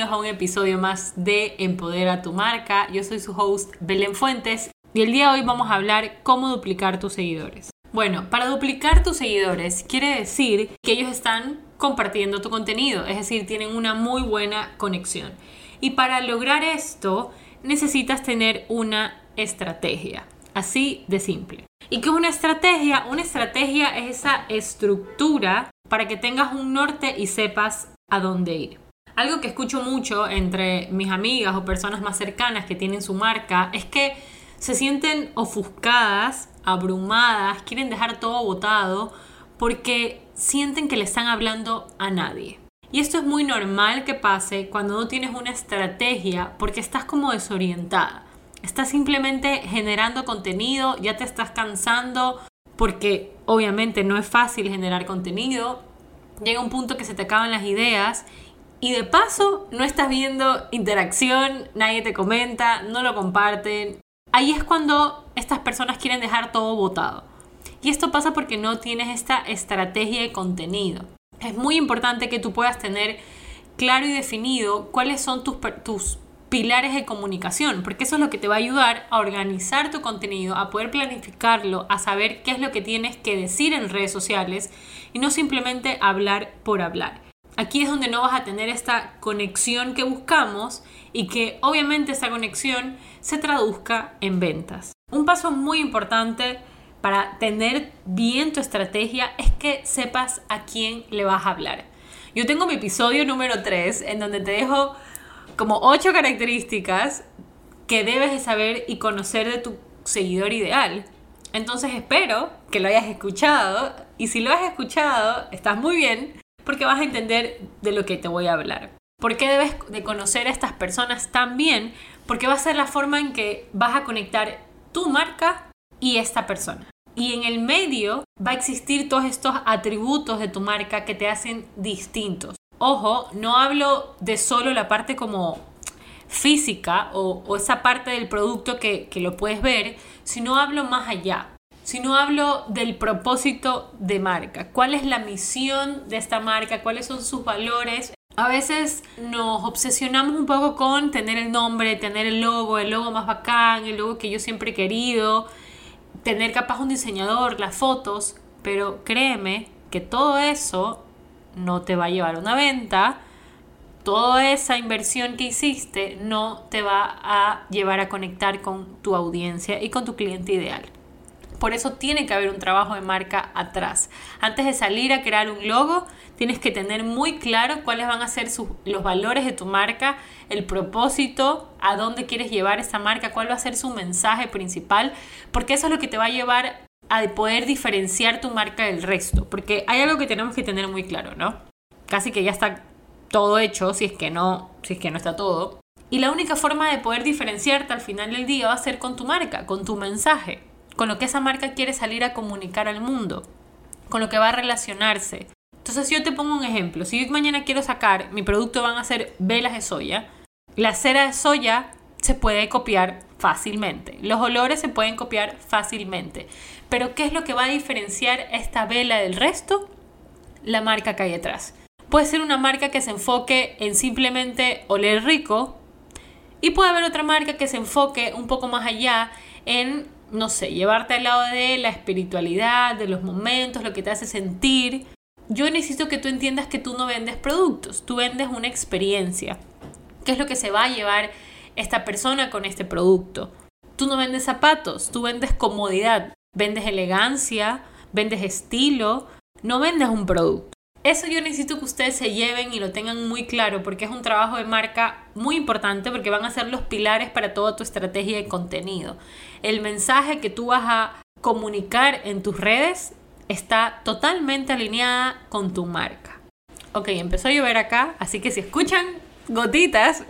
bienvenidos a un episodio más de Empodera tu marca. Yo soy su host Belén Fuentes y el día de hoy vamos a hablar cómo duplicar tus seguidores. Bueno, para duplicar tus seguidores quiere decir que ellos están compartiendo tu contenido, es decir, tienen una muy buena conexión. Y para lograr esto necesitas tener una estrategia, así de simple. ¿Y qué es una estrategia? Una estrategia es esa estructura para que tengas un norte y sepas a dónde ir. Algo que escucho mucho entre mis amigas o personas más cercanas que tienen su marca es que se sienten ofuscadas, abrumadas, quieren dejar todo botado porque sienten que le están hablando a nadie. Y esto es muy normal que pase cuando no tienes una estrategia porque estás como desorientada. Estás simplemente generando contenido, ya te estás cansando porque obviamente no es fácil generar contenido. Llega un punto que se te acaban las ideas y de paso no estás viendo interacción, nadie te comenta, no lo comparten. Ahí es cuando estas personas quieren dejar todo botado. Y esto pasa porque no tienes esta estrategia de contenido. Es muy importante que tú puedas tener claro y definido cuáles son tus pilares de comunicación, porque eso es lo que te va a ayudar a organizar tu contenido, a poder planificarlo, a saber qué es lo que tienes que decir en redes sociales y no simplemente hablar por hablar. Aquí es donde no vas a tener esta conexión que buscamos y que obviamente esa conexión se traduzca en ventas. Un paso muy importante para tener bien tu estrategia es que sepas a quién le vas a hablar. Yo tengo mi episodio número 3 en donde te dejo como 8 características que debes de saber y conocer de tu seguidor ideal. Entonces espero que lo hayas escuchado y si lo has escuchado estás muy bien porque vas a entender de lo que te voy a hablar. ¿Por qué debes de conocer a estas personas tan bien? Porque va a ser la forma en que vas a conectar tu marca y esta persona. Y en el medio va a existir todos estos atributos de tu marca que te hacen distintos. Ojo, no hablo de solo la parte como física o esa parte del producto que lo puedes ver, sino hablo más allá. Sino hablo del propósito de marca. ¿Cuál es la misión de esta marca? ¿Cuáles son sus valores? A veces nos obsesionamos un poco con tener el nombre, tener el logo más bacán, el logo que yo siempre he querido, tener capaz un diseñador, las fotos, pero créeme que todo eso no te va a llevar a una venta. Toda esa inversión que hiciste no te va a llevar a conectar con tu audiencia y con tu cliente ideal. Por eso tiene que haber un trabajo de marca atrás. Antes de salir a crear un logo, tienes que tener muy claro cuáles van a ser los valores de tu marca, el propósito, a dónde quieres llevar esa marca, cuál va a ser su mensaje principal, porque eso es lo que te va a llevar a poder diferenciar tu marca del resto. Porque hay algo que tenemos que tener muy claro, ¿no? Casi que ya está todo hecho, si es que no está todo. Y la única forma de poder diferenciarte al final del día va a ser con tu marca, con tu mensaje, con lo que esa marca quiere salir a comunicar al mundo, con lo que va a relacionarse. Entonces yo te pongo un ejemplo. Si yo mañana quiero sacar, mi producto van a ser velas de soya. La cera de soya se puede copiar fácilmente. Los olores se pueden copiar fácilmente. Pero ¿qué es lo que va a diferenciar esta vela del resto? La marca que hay detrás. Puede ser una marca que se enfoque en simplemente oler rico y puede haber otra marca que se enfoque un poco más allá en, no sé, llevarte al lado de la espiritualidad, de los momentos, lo que te hace sentir. Yo necesito que tú entiendas que tú no vendes productos, tú vendes una experiencia. ¿Qué es lo que se va a llevar esta persona con este producto? Tú no vendes zapatos, tú vendes comodidad, vendes elegancia, vendes estilo, no vendes un producto. Eso yo necesito que ustedes se lleven y lo tengan muy claro porque es un trabajo de marca muy importante porque van a ser los pilares para toda tu estrategia de contenido. El mensaje que tú vas a comunicar en tus redes está totalmente alineada con tu marca. Ok, empezó a llover acá, así que si escuchan gotitas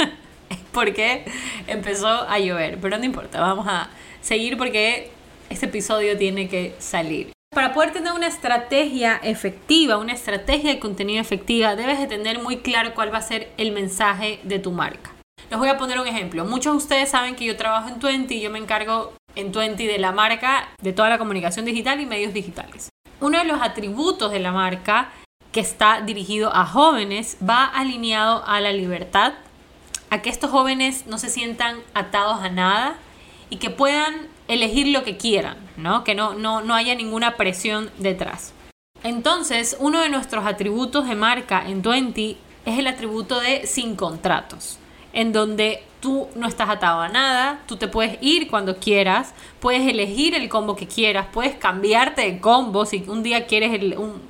es porque empezó a llover, pero no importa, vamos a seguir porque este episodio tiene que salir. Para poder tener una estrategia efectiva, una estrategia de contenido efectiva, debes de tener muy claro cuál va a ser el mensaje de tu marca. Les voy a poner un ejemplo. Muchos de ustedes saben que yo trabajo en Twenty y yo me encargo en Twenty de la marca, de toda la comunicación digital y medios digitales. Uno de los atributos de la marca que está dirigido a jóvenes, va alineado a la libertad, a que estos jóvenes no se sientan atados a nada y que puedan elegir lo que quieran, ¿no? Que no haya ninguna presión detrás. Entonces, uno de nuestros atributos de marca en Twenty es el atributo de sin contratos, en donde tú no estás atado a nada, tú te puedes ir cuando quieras, puedes elegir el combo que quieras, puedes cambiarte de combo. Si un día quieres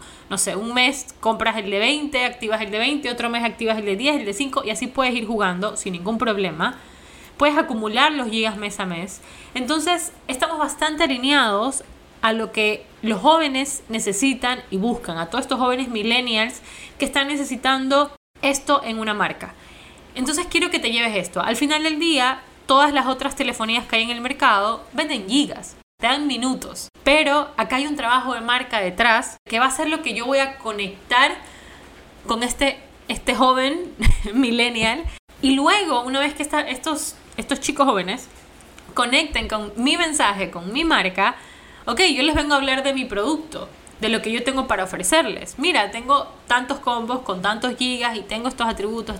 un mes compras el de 20, activas el de 20, otro mes activas el de 10, el de 5 y así puedes ir jugando sin ningún problema. Puedes acumular los gigas mes a mes. Entonces, estamos bastante alineados a lo que los jóvenes necesitan y buscan, a todos estos jóvenes millennials que están necesitando esto en una marca. Entonces quiero que te lleves esto. Al final del día, todas las otras telefonías que hay en el mercado venden gigas, te dan minutos. Pero acá hay un trabajo de marca detrás que va a ser lo que yo voy a conectar con este joven millennial. Y luego, una vez que estos chicos jóvenes conecten con mi mensaje, con mi marca, ok, yo les vengo a hablar de mi producto, de lo que yo tengo para ofrecerles. Mira, tengo tantos combos con tantos gigas y tengo estos atributos,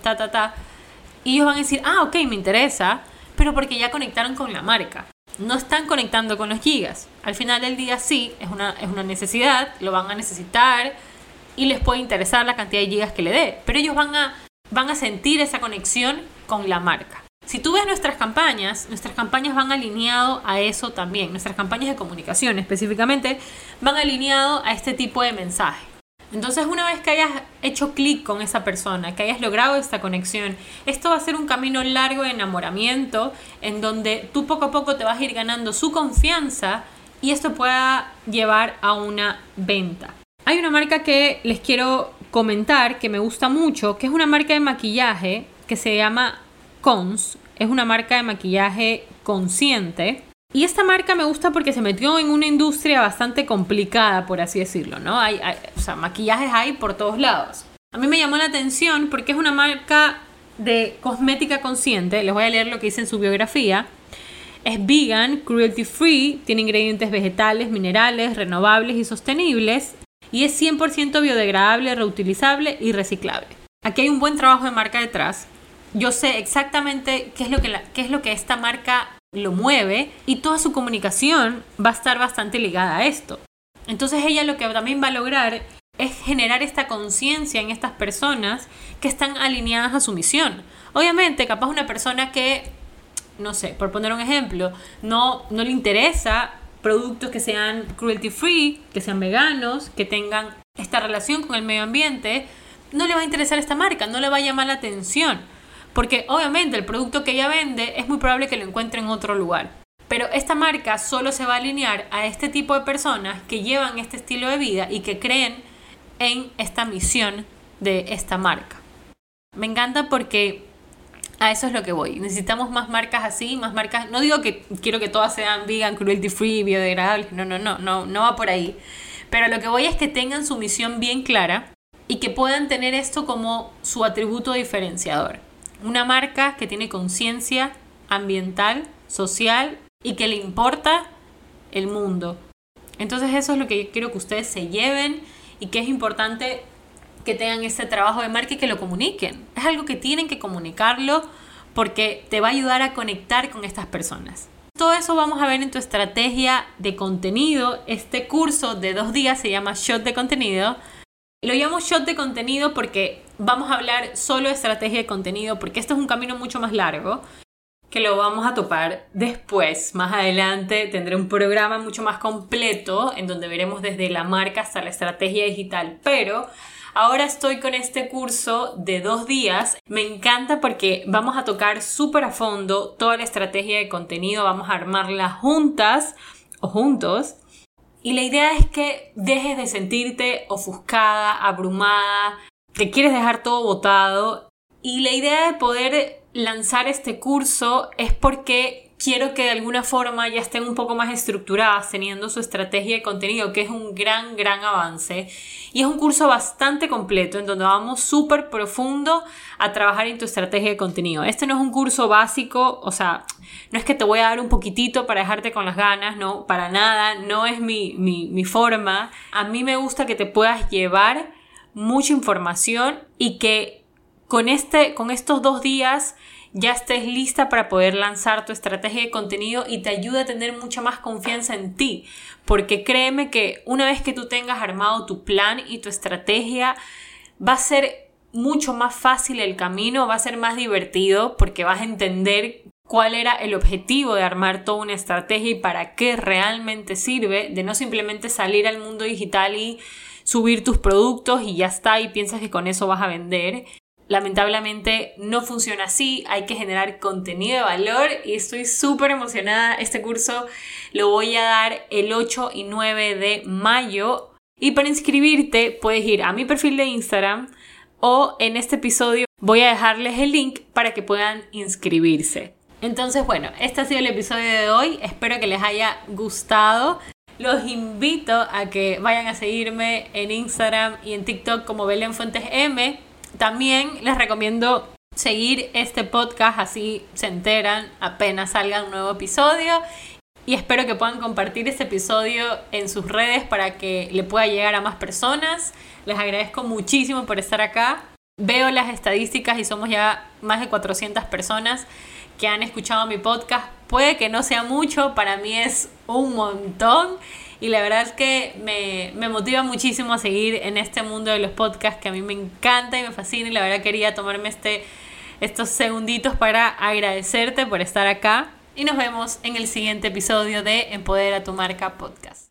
Y ellos van a decir, ok, me interesa, pero porque ya conectaron con la marca. No están conectando con los gigas. Al final del día sí, es una necesidad, lo van a necesitar y les puede interesar la cantidad de gigas que le dé. Pero ellos van a sentir esa conexión con la marca. Si tú ves nuestras campañas van alineado a eso también. Nuestras campañas de comunicación específicamente van alineado a este tipo de mensaje. Entonces, una vez que hayas hecho clic con esa persona, que hayas logrado esta conexión, esto va a ser un camino largo de enamoramiento en donde tú poco a poco te vas a ir ganando su confianza y esto pueda llevar a una venta. Hay una marca que les quiero comentar que me gusta mucho, que es una marca de maquillaje que se llama Cons. Es una marca de maquillaje consciente. Y esta marca me gusta porque se metió en una industria bastante complicada, por así decirlo, ¿no? Maquillajes hay por todos lados. A mí me llamó la atención porque es una marca de cosmética consciente. Les voy a leer lo que dice en su biografía. Es vegan, cruelty free, tiene ingredientes vegetales, minerales, renovables y sostenibles. Y es 100% biodegradable, reutilizable y reciclable. Aquí hay un buen trabajo de marca detrás. Yo sé exactamente qué es lo que esta marca lo mueve y toda su comunicación va a estar bastante ligada a esto. Entonces ella lo que también va a lograr es generar esta conciencia en estas personas que están alineadas a su misión. Obviamente, capaz una persona que, no sé, por poner un ejemplo, no le interesa productos que sean cruelty free, que sean veganos, que tengan esta relación con el medio ambiente, no le va a interesar esta marca, no le va a llamar la atención. Porque obviamente el producto que ella vende es muy probable que lo encuentre en otro lugar. Pero esta marca solo se va a alinear a este tipo de personas que llevan este estilo de vida y que creen en esta misión de esta marca. Me encanta porque a eso es lo que voy. Necesitamos más marcas así, más marcas. No digo que quiero que todas sean vegan, cruelty free, biodegradables. No va por ahí. Pero lo que voy es que tengan su misión bien clara y que puedan tener esto como su atributo diferenciador. Una marca que tiene conciencia ambiental, social y que le importa el mundo. Entonces eso es lo que yo quiero que ustedes se lleven y que es importante que tengan este trabajo de marca y que lo comuniquen. Es algo que tienen que comunicarlo porque te va a ayudar a conectar con estas personas. Todo eso vamos a ver en tu estrategia de contenido. Este curso de 2 días se llama Shot de Contenido. Lo llamo Shot de Contenido porque vamos a hablar solo de estrategia de contenido, porque esto es un camino mucho más largo que lo vamos a topar después. Más adelante tendré un programa mucho más completo en donde veremos desde la marca hasta la estrategia digital, pero ahora estoy con este curso de 2 días. Me encanta porque vamos a tocar súper a fondo toda la estrategia de contenido, vamos a armarla juntas o juntos. Y la idea es que dejes de sentirte ofuscada, abrumada, que quieres dejar todo botado. Y la idea de poder lanzar este curso es porque quiero que de alguna forma ya estén un poco más estructuradas teniendo su estrategia de contenido, que es un gran avance. Y es un curso bastante completo en donde vamos súper profundo a trabajar en tu estrategia de contenido. Este no es un curso básico, o sea, no es que te voy a dar un poquitito para dejarte con las ganas, no, para nada, no es mi forma. A mí me gusta que te puedas llevar mucha información y que con estos 2 días ya estés lista para poder lanzar tu estrategia de contenido y te ayuda a tener mucha más confianza en ti. Porque créeme que una vez que tú tengas armado tu plan y tu estrategia, va a ser mucho más fácil el camino, va a ser más divertido porque vas a entender cuál era el objetivo de armar toda una estrategia y para qué realmente sirve, de no simplemente salir al mundo digital y subir tus productos y ya está, y piensas que con eso vas a vender. Lamentablemente no funciona así, hay que generar contenido de valor y estoy súper emocionada. Este curso lo voy a dar el 8 y 9 de mayo y para inscribirte puedes ir a mi perfil de Instagram o en este episodio voy a dejarles el link para que puedan inscribirse. Entonces, bueno, este ha sido el episodio de hoy, espero que les haya gustado. Los invito a que vayan a seguirme en Instagram y en TikTok como Belén Fuentes M. También les recomiendo seguir este podcast, así se enteran apenas salga un nuevo episodio. Y espero que puedan compartir este episodio en sus redes para que le pueda llegar a más personas. Les agradezco muchísimo por estar acá. Veo las estadísticas y somos ya más de 400 personas que han escuchado mi podcast. Puede que no sea mucho, para mí es un montón. Y la verdad es que me motiva muchísimo a seguir en este mundo de los podcasts que a mí me encanta y me fascina. Y la verdad quería tomarme estos segunditos para agradecerte por estar acá. Y nos vemos en el siguiente episodio de Empodera tu Marca Podcast.